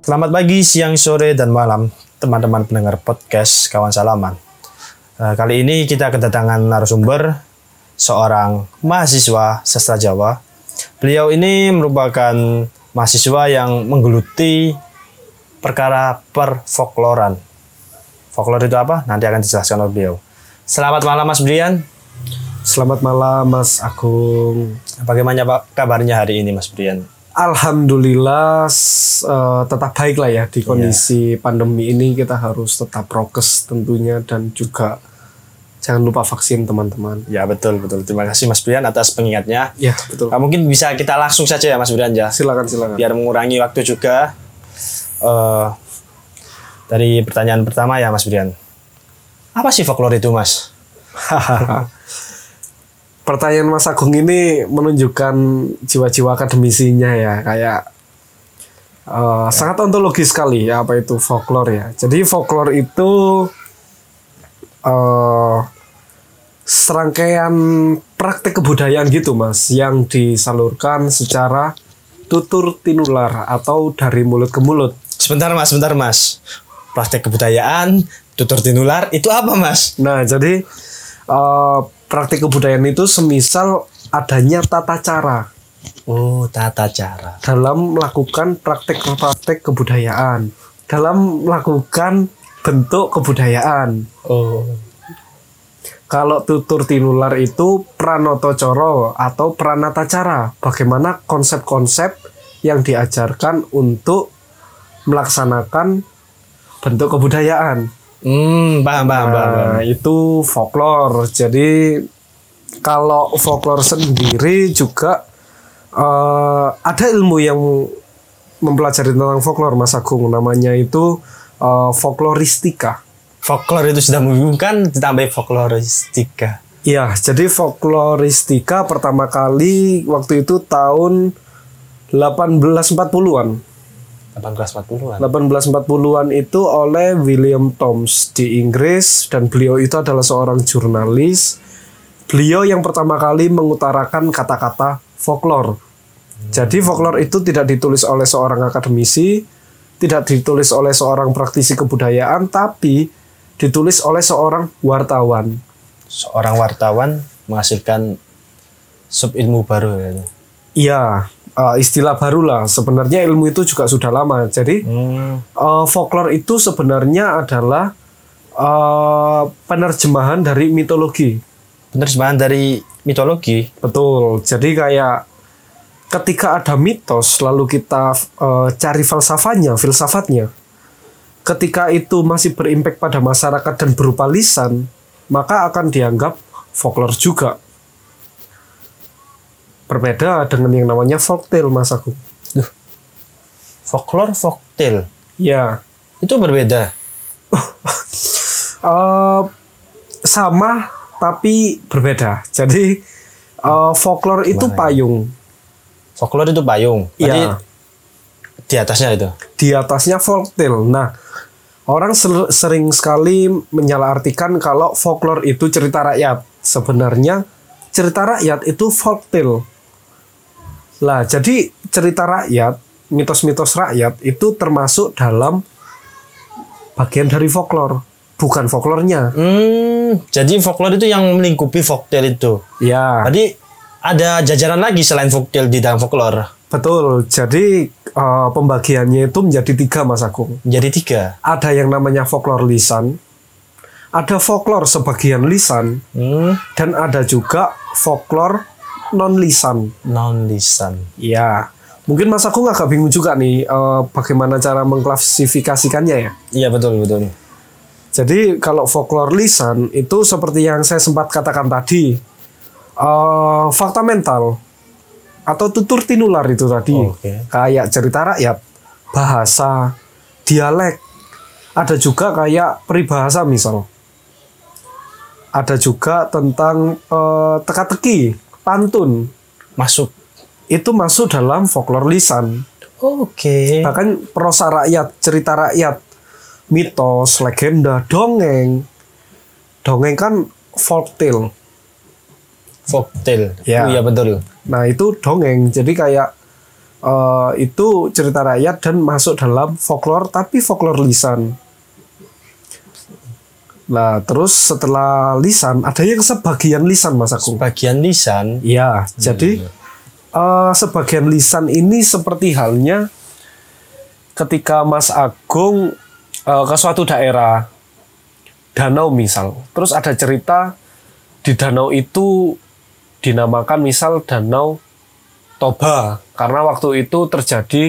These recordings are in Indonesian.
Selamat pagi, siang, sore, dan malam teman-teman pendengar podcast Kawan Salaman. Kali ini kita kedatangan narasumber, seorang mahasiswa sastra Jawa. Beliau ini merupakan mahasiswa yang menggeluti perkara perfolkloran. Folklor itu apa? Nanti akan dijelaskan oleh beliau. Selamat malam Mas Brian. Selamat malam Mas Agung. Bagaimana kabarnya hari ini Mas Brian? Alhamdulillah tetap baik lah ya di kondisi pandemi ini. Kita harus tetap prokes tentunya dan juga jangan lupa vaksin teman-teman. Ya betul. Terima kasih Mas Brian atas pengingatnya. Ya betul. Mungkin bisa kita langsung saja ya Mas Brian ya. Silakan. Biar mengurangi waktu juga. Dari pertanyaan pertama ya Mas Brian. Apa sih folklore itu Mas? Pertanyaan Mas Agung ini menunjukkan jiwa-jiwa akademisinya ya, kayak sangat ontologis sekali ya apa itu folklore ya. Jadi folklore itu serangkaian praktik kebudayaan gitu Mas, yang disalurkan secara tutur tinular atau dari mulut ke mulut. Sebentar Mas. Praktik kebudayaan, tutur tinular itu apa Mas? Nah jadi praktik kebudayaan itu semisal adanya tata cara. Oh, tata cara. Dalam melakukan praktik kebudayaan. Dalam melakukan bentuk kebudayaan. Oh. Kalau tutur tinular itu pranoto coro atau pranata cara. Bagaimana konsep-konsep yang diajarkan untuk melaksanakan bentuk kebudayaan. Paham. Itu folklore. Jadi kalau folklore sendiri juga ada ilmu yang mempelajari tentang folklore Mas Agung, namanya itu folkloristika. Folklore itu sudah membingungkan, ditambah folkloristika. Iya, jadi folkloristika pertama kali waktu itu tahun 1840-an. 1840-an itu oleh William Thoms di Inggris, dan beliau itu adalah seorang jurnalis. Beliau yang pertama kali mengutarakan kata-kata folklore. Jadi folklore itu tidak ditulis oleh seorang akademisi, tidak ditulis oleh seorang praktisi kebudayaan, tapi ditulis oleh seorang wartawan. Seorang wartawan menghasilkan sub-ilmu baru ya. Iya. Istilah baru lah. Sebenarnya ilmu itu juga sudah lama. Jadi folklore itu sebenarnya adalah penerjemahan dari mitologi. Penerjemahan dari mitologi? Betul. Jadi kayak ketika ada mitos lalu kita cari filsafatnya. Ketika itu masih berimpact pada masyarakat dan berupa lisan, maka akan dianggap folklore juga. Berbeda dengan yang namanya folktale Mas Agung. Folklore, folktale. Ya. Itu berbeda. Sama tapi berbeda. Jadi folklore itu payung. Folklore itu payung. Iya. Di atasnya itu. Di atasnya folktale. Nah, orang sering sekali menyalahartikan kalau folklore itu cerita rakyat. Sebenarnya cerita rakyat itu folktale. Lah, jadi cerita rakyat, mitos-mitos rakyat itu termasuk dalam bagian dari folklore, bukan folklornya. Jadi folklore itu yang melingkupi folktale itu. Ya. Jadi ada jajaran lagi selain folktale di dalam folklore. Betul. Jadi pembagiannya itu menjadi 3 Mas Agung. Jadi 3. Ada yang namanya folklore lisan, ada folklore sebagian lisan, dan ada juga folklore non-lisan. Non-lisan. Ya, mungkin Mas Agung agak bingung juga nih bagaimana cara mengklasifikasikannya ya. Iya betul. Jadi kalau folklore lisan itu seperti yang saya sempat katakan tadi, fakta mental atau tutur tinular itu tadi. Kayak cerita rakyat, bahasa, dialek. Ada juga kayak peribahasa misal. Ada juga tentang teka-teki, pantun. Itu masuk dalam folklore lisan. Bahkan prosa rakyat, cerita rakyat, mitos, legenda, dongeng. Dongeng kan folktale. Folktale. Ya. Oh iya betul. Nah itu dongeng. Jadi kayak itu cerita rakyat dan masuk dalam folklore, tapi folklore lisan. Nah, terus setelah lisan ada yang sebagian lisan, Mas Agung. Bagian lisan. Iya, jadi sebagian lisan ini seperti halnya ketika Mas Agung ke suatu daerah, danau misal, terus ada cerita di danau itu dinamakan misal Danau Toba karena waktu itu terjadi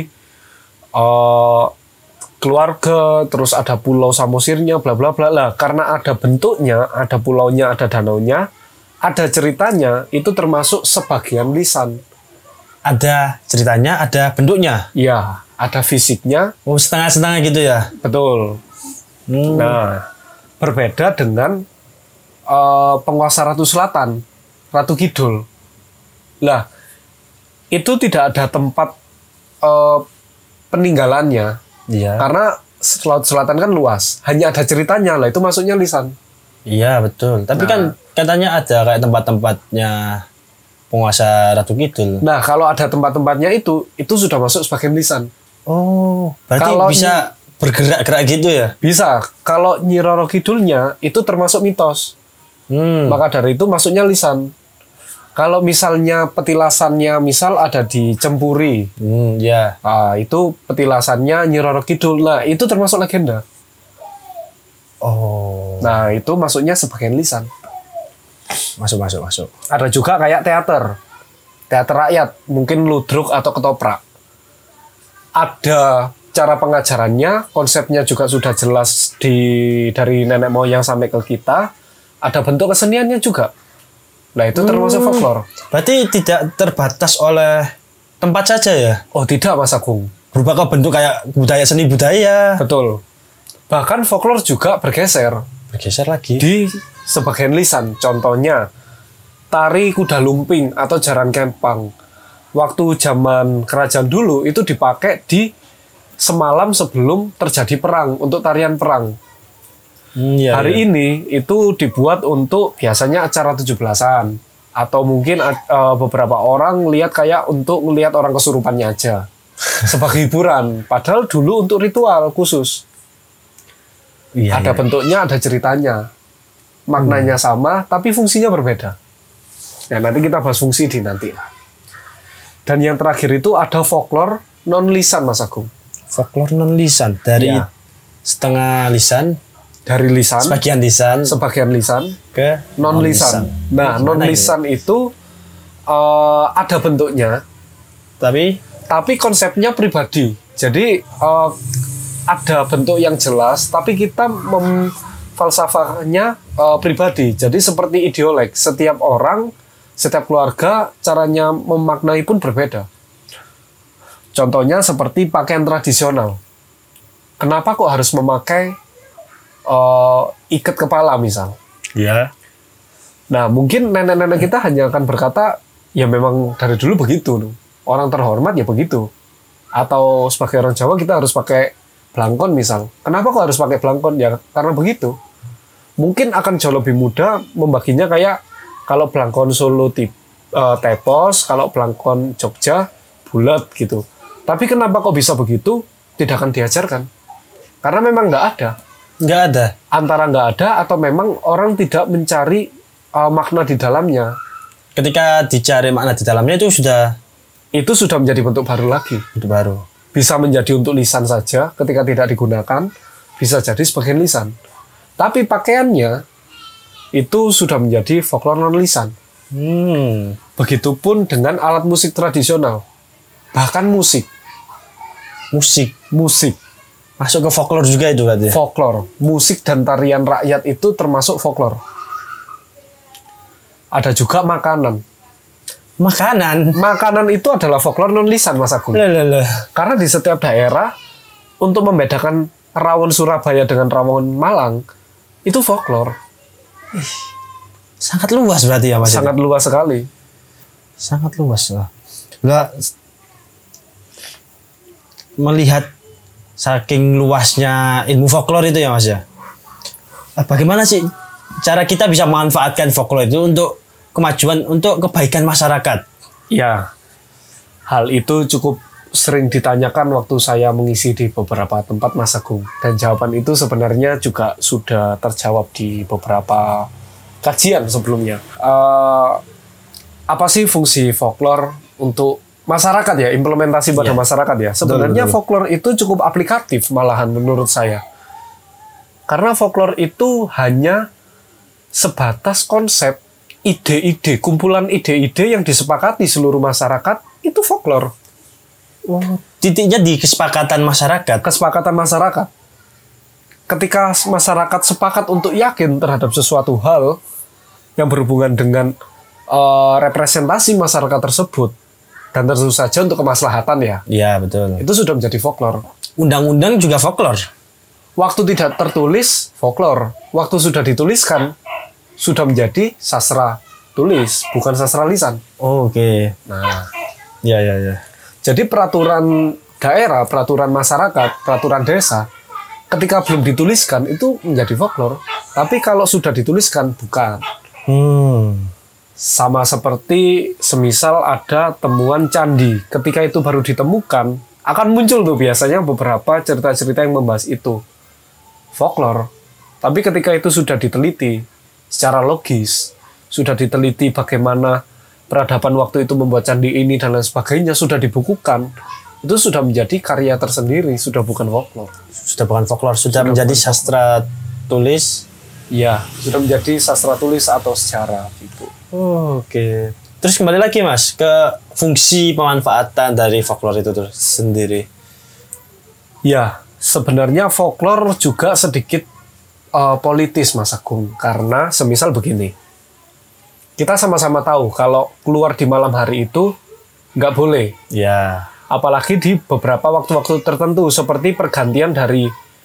keluarga, terus ada pulau samosirnya, bla bla bla lah. Karena ada bentuknya, ada pulaunya, ada danaunya, ada ceritanya, itu termasuk sebagian lisan. Ada ceritanya, ada bentuknya. Ya, ada fisiknya. Oh, setengah-setengah gitu ya. Betul. Nah, berbeda dengan penguasa Ratu Selatan, Ratu Kidul. Lah, itu tidak ada tempat peninggalannya. Iya. Karena Laut Selatan kan luas, hanya ada ceritanya lah, itu masuknya lisan. Iya, betul. Tapi kan katanya ada kayak tempat-tempatnya penguasa Ratu Kidul. Nah, kalau ada tempat-tempatnya itu sudah masuk sebagai lisan. Oh, berarti Kalau bisa bergerak-gerak gitu ya? Bisa. Kalau Nyi Roro Kidulnya itu termasuk mitos. Maka dari itu masuknya lisan. Kalau misalnya petilasannya misal ada di Cempuri. Ya. Itu petilasannya Nyi Roro Kidul. Nah, itu termasuk legenda. Oh. Nah, itu masuknya sebagian lisan. Masuk. Ada juga kayak teater. Teater rakyat, mungkin ludruk atau ketoprak. Ada cara pengajarannya, konsepnya juga sudah jelas dari nenek moyang sampai ke kita. Ada bentuk keseniannya juga. Nah, itu termasuk folklore. Berarti tidak terbatas oleh tempat saja ya? Oh, tidak, Mas Agung. Berubah ke bentuk kayak budaya, seni budaya. Betul. Bahkan folklore juga bergeser. Bergeser lagi. Di sebagian lisan. Contohnya, tari kuda lumping atau jaran kempang. Waktu zaman kerajaan dulu, itu dipakai di semalam sebelum terjadi perang, untuk tarian perang. Hari ini itu dibuat untuk biasanya acara 17-an atau mungkin beberapa orang lihat kayak untuk melihat orang kesurupannya aja sebagai hiburan, padahal dulu untuk ritual khusus. Ada bentuknya, ada ceritanya, maknanya sama tapi fungsinya berbeda. Ya, nanti kita bahas fungsi di nanti. Dan yang terakhir itu ada folklore non lisan, Mas Agung. Folklore non lisan dari setengah lisan. Dari lisan, sebagian lisan ke non lisan. Nah, non lisan itu ada bentuknya, tapi konsepnya pribadi. Jadi ada bentuk yang jelas, tapi kita falsafahnya pribadi. Jadi seperti ideolek, setiap orang, setiap keluarga caranya memaknai pun berbeda. Contohnya seperti pakaian tradisional. Kenapa kok harus memakai ikat kepala misal? Ya. Nah, mungkin nenek-nenek kita hanya akan berkata, ya memang dari dulu begitu. Orang terhormat ya begitu. Atau sebagai orang Jawa kita harus pakai blangkon misal. Kenapa kok harus pakai blangkon? Ya karena begitu. Mungkin akan jauh lebih mudah membaginya kayak kalau blangkon Solo tepos, kalau blangkon Jogja bulat gitu. Tapi kenapa kok bisa begitu? Tidak akan diajarkan. Karena memang nggak ada. Nggak ada. Antara nggak ada atau memang orang tidak mencari makna di dalamnya. Ketika dicari makna di dalamnya itu sudah menjadi bentuk baru lagi. Bentuk baru. Bisa menjadi untuk lisan saja ketika tidak digunakan, bisa jadi sebagian lisan. Tapi pakaiannya itu sudah menjadi folklore non lisan. Begitupun dengan alat musik tradisional. Bahkan musik. Masuk ke folklore juga itu berarti. Folklore, musik dan tarian rakyat itu termasuk folklore. Ada juga makanan. Makanan itu adalah folklore non lisan, Mas Agung. Karena di setiap daerah untuk membedakan rawon Surabaya dengan rawon Malang itu folklore. Sangat luas berarti ya, Mas. Sangat luas sekali. Sangat luas lah. Melihat saking luasnya ilmu folklore itu ya, Mas ya. Bagaimana sih cara kita bisa memanfaatkan folklore itu untuk kemajuan, untuk kebaikan masyarakat? Ya, hal itu cukup sering ditanyakan waktu saya mengisi di beberapa tempat Mas Agung. Dan jawaban itu sebenarnya juga sudah terjawab di beberapa kajian sebelumnya. Apa sih fungsi folklore untuk masyarakat ya, implementasi pada masyarakat ya? Sebenarnya folklore itu cukup aplikatif malahan menurut saya. Karena folklore itu hanya sebatas konsep, ide-ide, kumpulan ide-ide yang disepakati seluruh masyarakat, itu folklore. Oh, titiknya di kesepakatan masyarakat. Kesepakatan masyarakat. Ketika masyarakat sepakat untuk yakin terhadap sesuatu hal yang berhubungan dengan representasi masyarakat tersebut, dan tentu saja untuk kemaslahatan ya. Iya, betul. Itu sudah menjadi folklore. Undang-undang juga folklore. Waktu tidak tertulis, folklore. Waktu sudah dituliskan, sudah menjadi sastra tulis, bukan sastra lisan. Oh, oke. Nah, Ya. jadi peraturan daerah, peraturan masyarakat, peraturan desa, ketika belum dituliskan itu menjadi folklore. Tapi kalau sudah dituliskan, bukan. Sama seperti semisal ada temuan candi. Ketika itu baru ditemukan, akan muncul tuh biasanya beberapa cerita-cerita yang membahas itu. Folklore. Tapi ketika itu sudah diteliti secara logis, sudah diteliti bagaimana peradaban waktu itu membuat candi ini dan lain sebagainya, sudah dibukukan, itu sudah menjadi karya tersendiri, sudah bukan folklore. Sudah bukan folklore, sudah menjadi sastra tulis. Ya, sudah menjadi sastra tulis atau sejarah gitu. Oh, oke. Terus kembali lagi Mas ke fungsi pemanfaatan dari folklore itu sendiri. Ya, sebenarnya folklore juga sedikit politis Mas Agung, karena semisal begini. Kita sama-sama tahu kalau keluar di malam hari itu nggak boleh. Ya. Apalagi di beberapa waktu-waktu tertentu seperti pergantian dari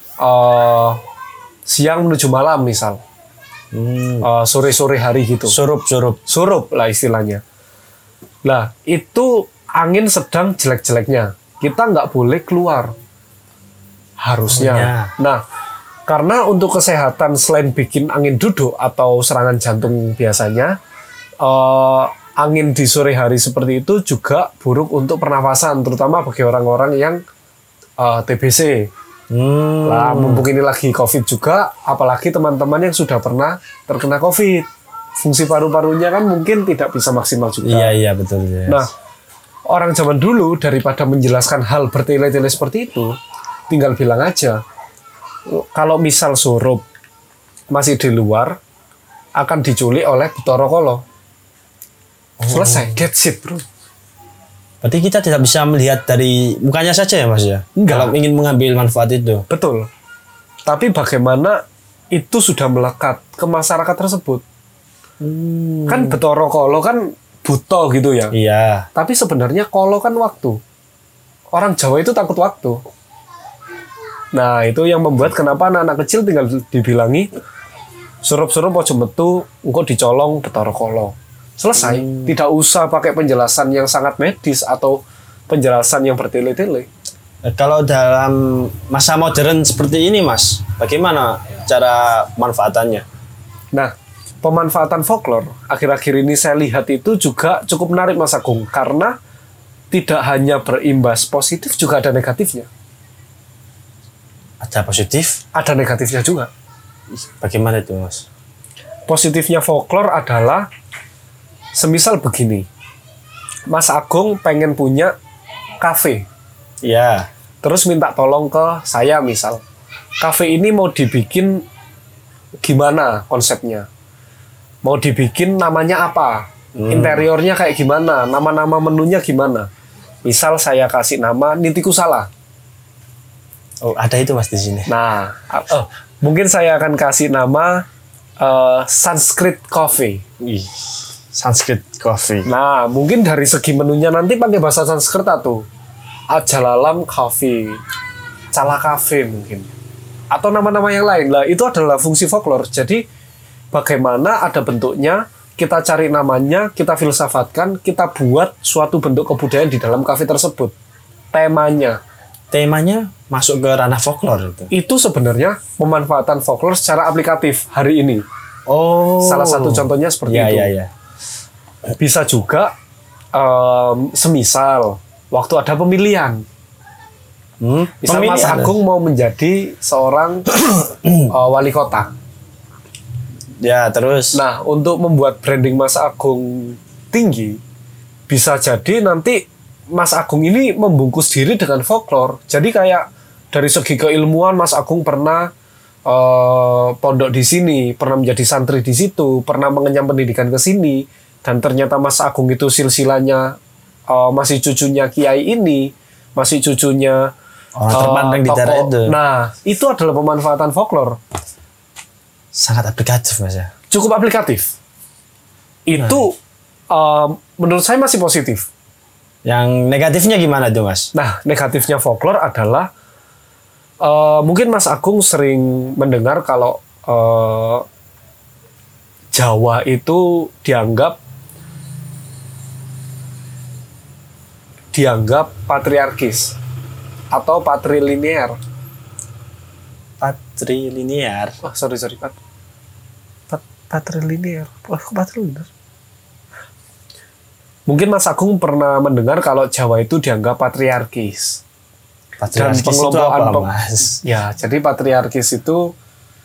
siang menuju malam misal. Sore-sore hari gitu. Surup lah istilahnya. Nah, itu angin sedang jelek-jeleknya. Kita nggak boleh keluar. Harusnya. Nah, karena untuk kesehatan selain bikin angin duduk atau serangan jantung biasanya, angin di sore hari seperti itu juga buruk untuk pernafasan, terutama bagi orang-orang yang TBC. Lah, mumpung ini lagi COVID juga, apalagi teman-teman yang sudah pernah terkena COVID, fungsi paru-parunya kan mungkin tidak bisa maksimal juga. Iya betul. Yes. Nah, orang zaman dulu daripada menjelaskan hal bertele-tele seperti itu, tinggal bilang aja, kalau misal surup masih di luar, akan diculik oleh Bathara Kala. Selesai, that's it bro. Berarti kita tidak bisa melihat dari mukanya saja ya Mas ya? Enggak. Kalau ingin mengambil manfaat itu. Betul. Tapi bagaimana itu sudah melekat ke masyarakat tersebut. Kan Bathara Kala kan buta gitu ya. Iya. Tapi sebenarnya kala kan waktu. Orang Jawa itu takut waktu. Nah, itu yang membuat kenapa anak-anak kecil tinggal dibilangi surup-surup ojo metu, engko dicolong Bathara Kala. Selesai, tidak usah pakai penjelasan yang sangat medis atau penjelasan yang bertele-tele. Kalau dalam masa modern seperti ini Mas, bagaimana cara pemanfaatannya? Nah, pemanfaatan folklore akhir-akhir ini saya lihat itu juga cukup menarik Mas Agung, karena tidak hanya berimbas positif, juga ada negatifnya. Ada positif? Ada negatifnya juga. Bagaimana itu Mas? Positifnya folklore adalah semisal begini, Mas Agung pengen punya kafe. Ya. Terus minta tolong ke saya misal. Kafe ini mau dibikin gimana konsepnya? Mau dibikin namanya apa? Interiornya kayak gimana? Nama-nama menunya gimana? Misal saya kasih nama Nitikusala. Oh, ada itu Mas di sini. Nah, mungkin saya akan kasih nama Sanskrit Coffee. Sanskrit Coffee. Nah, mungkin dari segi menunya nanti pakai bahasa Sanskerta tuh. Ajalalam Coffee, Cala Cafe mungkin. Atau nama-nama yang lain. Lah, itu adalah fungsi folklore. Jadi, bagaimana ada bentuknya, kita cari namanya, kita filsafatkan, kita buat suatu bentuk kebudayaan di dalam kafe tersebut. Temanya masuk ke ranah folklore itu. Itu sebenarnya pemanfaatan folklore secara aplikatif hari ini. Oh. Salah satu contohnya seperti itu. Iya. Bisa juga semisal waktu ada pemilihan. Misal Mas Agung mau menjadi seorang wali kota. Ya, terus. Nah, untuk membuat branding Mas Agung tinggi, bisa jadi nanti Mas Agung ini membungkus diri dengan folklore. Jadi kayak dari segi keilmuan Mas Agung pernah pondok di sini, pernah menjadi santri di situ, pernah mengenyam pendidikan ke sini, dan ternyata Mas Agung itu silsilahnya masih cucunya kiai ini, masih cucunya orang terpandang di daerah itu. Nah, itu adalah pemanfaatan folklore. Sangat aplikatif, Mas ya. Cukup aplikatif. Itu menurut saya masih positif. Yang negatifnya gimana tuh, Mas? Nah, negatifnya folklore adalah mungkin Mas Agung sering mendengar kalau Jawa itu dianggap patriarkis atau patrilinear. Patrilinear. Oh, sorry. Patrilinear. Oh, patrilinear. Mungkin Mas Agung pernah mendengar kalau Jawa itu dianggap patriarkis. Dan pengelompokan Mas? Ya, jadi patriarkis itu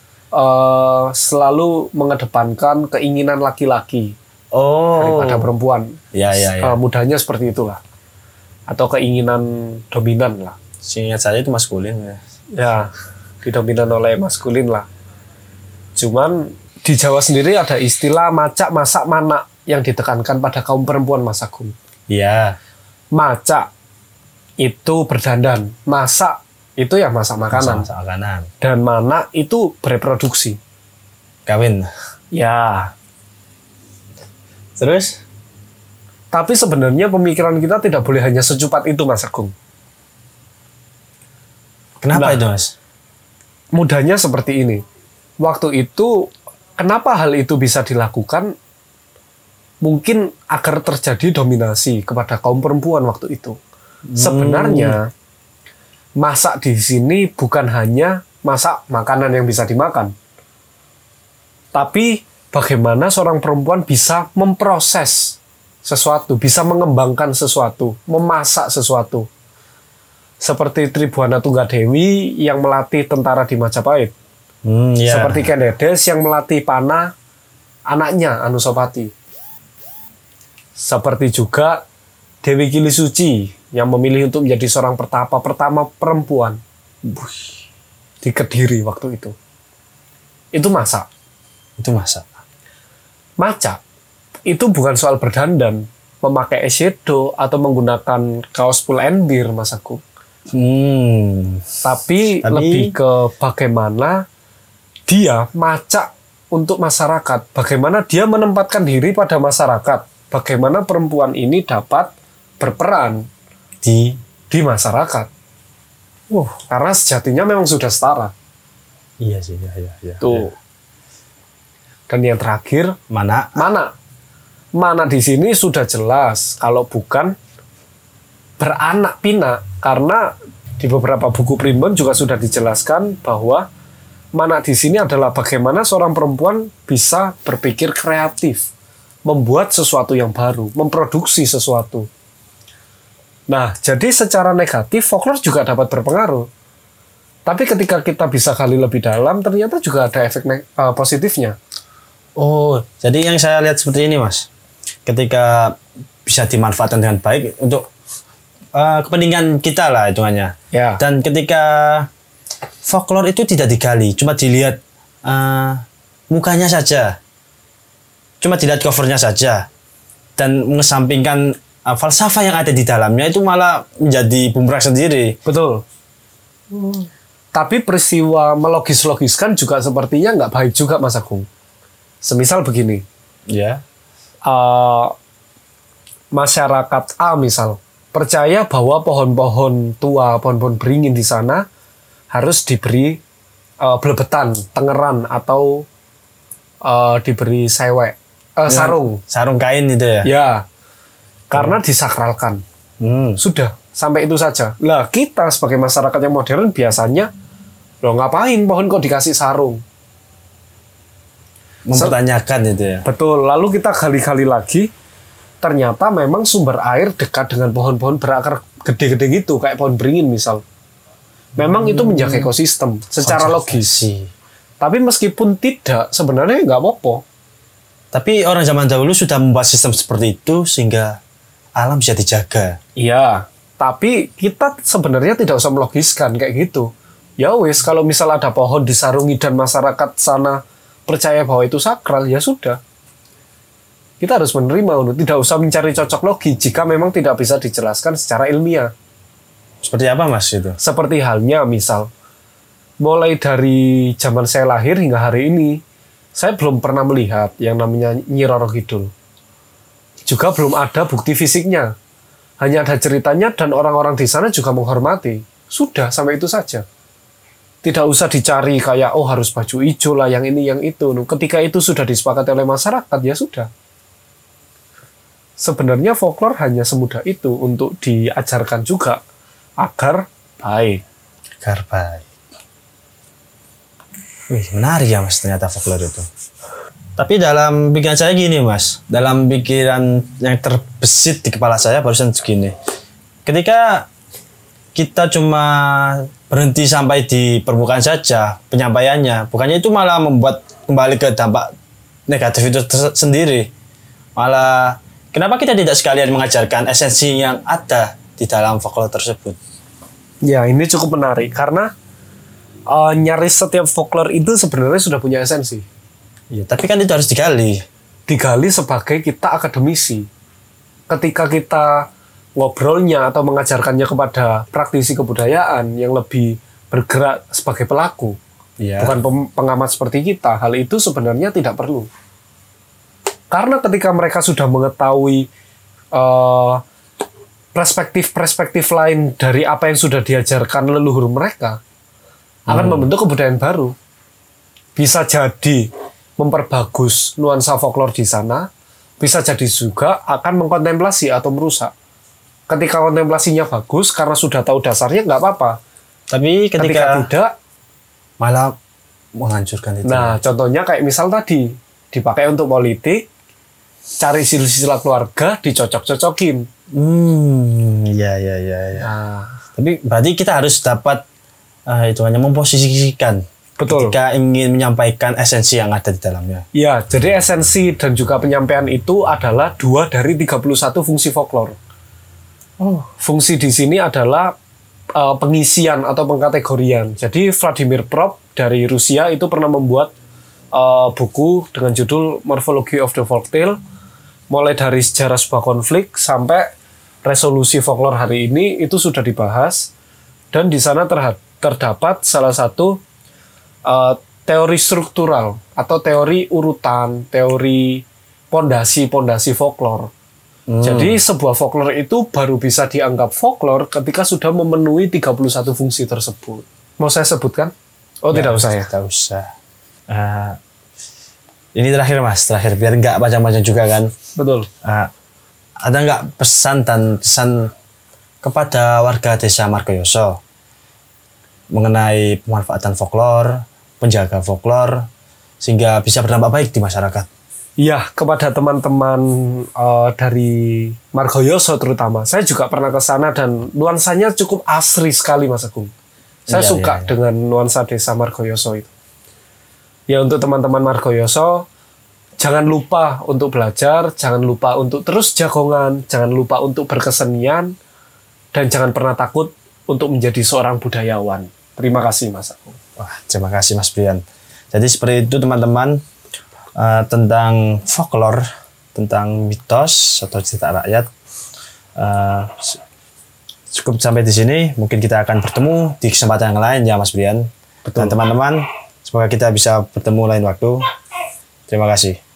selalu mengedepankan keinginan laki-laki daripada perempuan. Ya. Mudahnya seperti itulah. Atau keinginan dominan lah. Seingat saya itu maskulin ya. Ya, didominan oleh maskulin lah. Cuman di Jawa sendiri ada istilah macak, masak, manak yang ditekankan pada kaum perempuan, Mas Agung. Iya. Macak itu berdandan, masak itu ya masak makanan. Masak makanan. Dan manak itu bereproduksi. Kawin. Ya. Terus? Tapi sebenarnya pemikiran kita tidak boleh hanya secupat itu, Mas Agung. Kenapa itu, Mas? Mudahnya seperti ini. Waktu itu, kenapa hal itu bisa dilakukan? Mungkin agar terjadi dominasi kepada kaum perempuan waktu itu. Sebenarnya, masak di sini bukan hanya masak makanan yang bisa dimakan. Tapi, bagaimana seorang perempuan bisa memproses sesuatu, bisa mengembangkan sesuatu, memasak sesuatu. Seperti Tribuana Tunggadewi yang melatih tentara di Majapahit. Seperti Kendedes yang melatih panah anaknya Anusapati. Seperti juga Dewi Kilisuci yang memilih untuk menjadi seorang pertapa pertama perempuan di Kediri waktu itu. Itu masak. Macak itu bukan soal berdandan, memakai eyeshadow atau menggunakan kaos pull and bear, Mas Agung. Tapi lebih ke bagaimana dia macak untuk masyarakat, bagaimana dia menempatkan diri pada masyarakat, bagaimana perempuan ini dapat berperan di masyarakat. Karena sejatinya memang sudah setara. Iya sih, iya. Tuh. Dan yang terakhir, mana? Mana di sini sudah jelas kalau bukan beranak pinak, karena di beberapa buku primbon juga sudah dijelaskan bahwa mana di sini adalah bagaimana seorang perempuan bisa berpikir kreatif, membuat sesuatu yang baru, memproduksi sesuatu. Nah, jadi secara negatif folklore juga dapat berpengaruh. Tapi ketika kita bisa gali lebih dalam, ternyata juga ada efek positifnya. Oh, jadi yang saya lihat seperti ini, Mas. Ketika bisa dimanfaatkan dengan baik untuk kepentingan kita lah hitungannya. Ya. Dan ketika folklore itu tidak digali, cuma dilihat mukanya saja, cuma dilihat covernya saja, dan mengesampingkan falsafah yang ada di dalamnya, itu malah menjadi bumerang sendiri. Betul. Tapi peristiwa melogis-logiskan juga sepertinya nggak baik juga, Mas Agung. Semisal begini. Ya. Masyarakat A misal percaya bahwa pohon-pohon tua, pohon-pohon beringin di sana harus diberi belebetan, tengeran atau diberi sewek, sarung Kain itu ya. Ya, karena disakralkan. Sudah sampai itu saja. Lah kita sebagai masyarakat yang modern biasanya, loh ngapain pohon kok dikasih sarung? Mempertanyakan itu ya. Betul. Lalu kita gali-gali lagi. Ternyata memang sumber air dekat dengan pohon-pohon berakar gede-gede gitu kayak pohon beringin misal. Memang itu menjaga ekosistem secara logis. Tapi meskipun tidak, sebenarnya nggak apa-apa. Tapi orang zaman dahulu sudah membuat sistem seperti itu sehingga alam bisa dijaga. Iya, tapi kita sebenarnya tidak usah melogiskan kayak gitu. Ya wes, kalau misal ada pohon disarungi dan masyarakat sana percaya bahwa itu sakral, ya sudah. Kita harus menerima, tidak usah mencari cocok logi jika memang tidak bisa dijelaskan secara ilmiah. Seperti apa Mas itu? Seperti halnya misal, mulai dari zaman saya lahir hingga hari ini, saya belum pernah melihat yang namanya Nyi Roro Kidul. Juga belum ada bukti fisiknya. Hanya ada ceritanya dan orang-orang di sana juga menghormati. Sudah, sampai itu saja. Tidak usah dicari kayak, oh harus baju hijau lah, yang ini, yang itu. Ketika itu sudah disepakati oleh masyarakat, ya sudah. Sebenarnya folklore hanya semudah itu untuk diajarkan juga agar baik. Agar baik. Wih, menarik ya Mas ternyata folklore itu. Tapi dalam pikiran saya gini Mas, dalam pikiran yang terbesit di kepala saya barusan segini. Ketika kita cuma berhenti sampai di permukaan saja penyampaiannya, bukannya itu malah membuat kembali ke dampak negatif itu sendiri. Malah kenapa kita tidak sekalian mengajarkan esensi yang ada di dalam folklore tersebut? Ya, ini cukup menarik karena nyaris setiap folklore itu sebenarnya sudah punya esensi. Ya, tapi kan itu harus digali. Digali sebagai kita akademisi. Ketika kita ngobrolnya atau mengajarkannya kepada praktisi kebudayaan yang lebih bergerak sebagai pelaku, bukan pengamat seperti kita, hal itu sebenarnya tidak perlu. Karena ketika mereka sudah mengetahui perspektif-perspektif lain dari apa yang sudah diajarkan leluhur mereka, akan membentuk kebudayaan baru. Bisa jadi memperbagus nuansa folklore di sana, bisa jadi juga akan mengkontemplasi atau merusak. Ketika kontemplasinya bagus, karena sudah tahu dasarnya, nggak apa-apa. Tapi ketika tidak, malah menghancurkan itu. Nah, contohnya kayak misal tadi, dipakai untuk politik, cari silsilah keluarga, dicocok-cocokin. Ya. Nah, tapi berarti kita harus dapat itu hanya memposisikan. Betul. Ketika ingin menyampaikan esensi yang ada di dalamnya. Ya, jadi esensi dan juga penyampaian itu adalah 2 dari 31 fungsi folklore. Fungsi di sini adalah pengisian atau pengkategorian. Jadi Vladimir Prop dari Rusia itu pernah membuat buku dengan judul Morphology of the Folktale, mulai dari sejarah sebuah konflik sampai resolusi folklore hari ini itu sudah dibahas, dan di sana terdapat salah satu teori struktural atau teori urutan, teori pondasi folklore. Jadi sebuah folklore itu baru bisa dianggap folklore ketika sudah memenuhi 31 fungsi tersebut. Mau saya sebutkan? Oh, tidak usah ya? Tidak usah. Ini terakhir Mas, biar nggak panjang-panjang juga kan. Betul. Ada nggak pesan kepada warga desa Margoyoso mengenai pemanfaatan folklore, penjaga folklore, sehingga bisa berdampak baik di masyarakat? Ya, kepada teman-teman dari Margoyoso terutama. Saya juga pernah ke sana dan nuansanya cukup asri sekali Mas Agung. Saya suka dengan nuansa desa Margoyoso itu. Ya, untuk teman-teman Margoyoso, jangan lupa untuk belajar, jangan lupa untuk terus jagongan, jangan lupa untuk berkesenian, dan jangan pernah takut untuk menjadi seorang budayawan. Terima kasih Mas Agung. Wah, terima kasih Mas Brian. Jadi seperti itu teman-teman, tentang folklore, tentang mitos atau cerita rakyat. Cukup sampai di sini. Mungkin kita akan bertemu di kesempatan yang lain ya Mas Brian. Betul. Dan teman-teman, semoga kita bisa bertemu lain waktu. Terima kasih.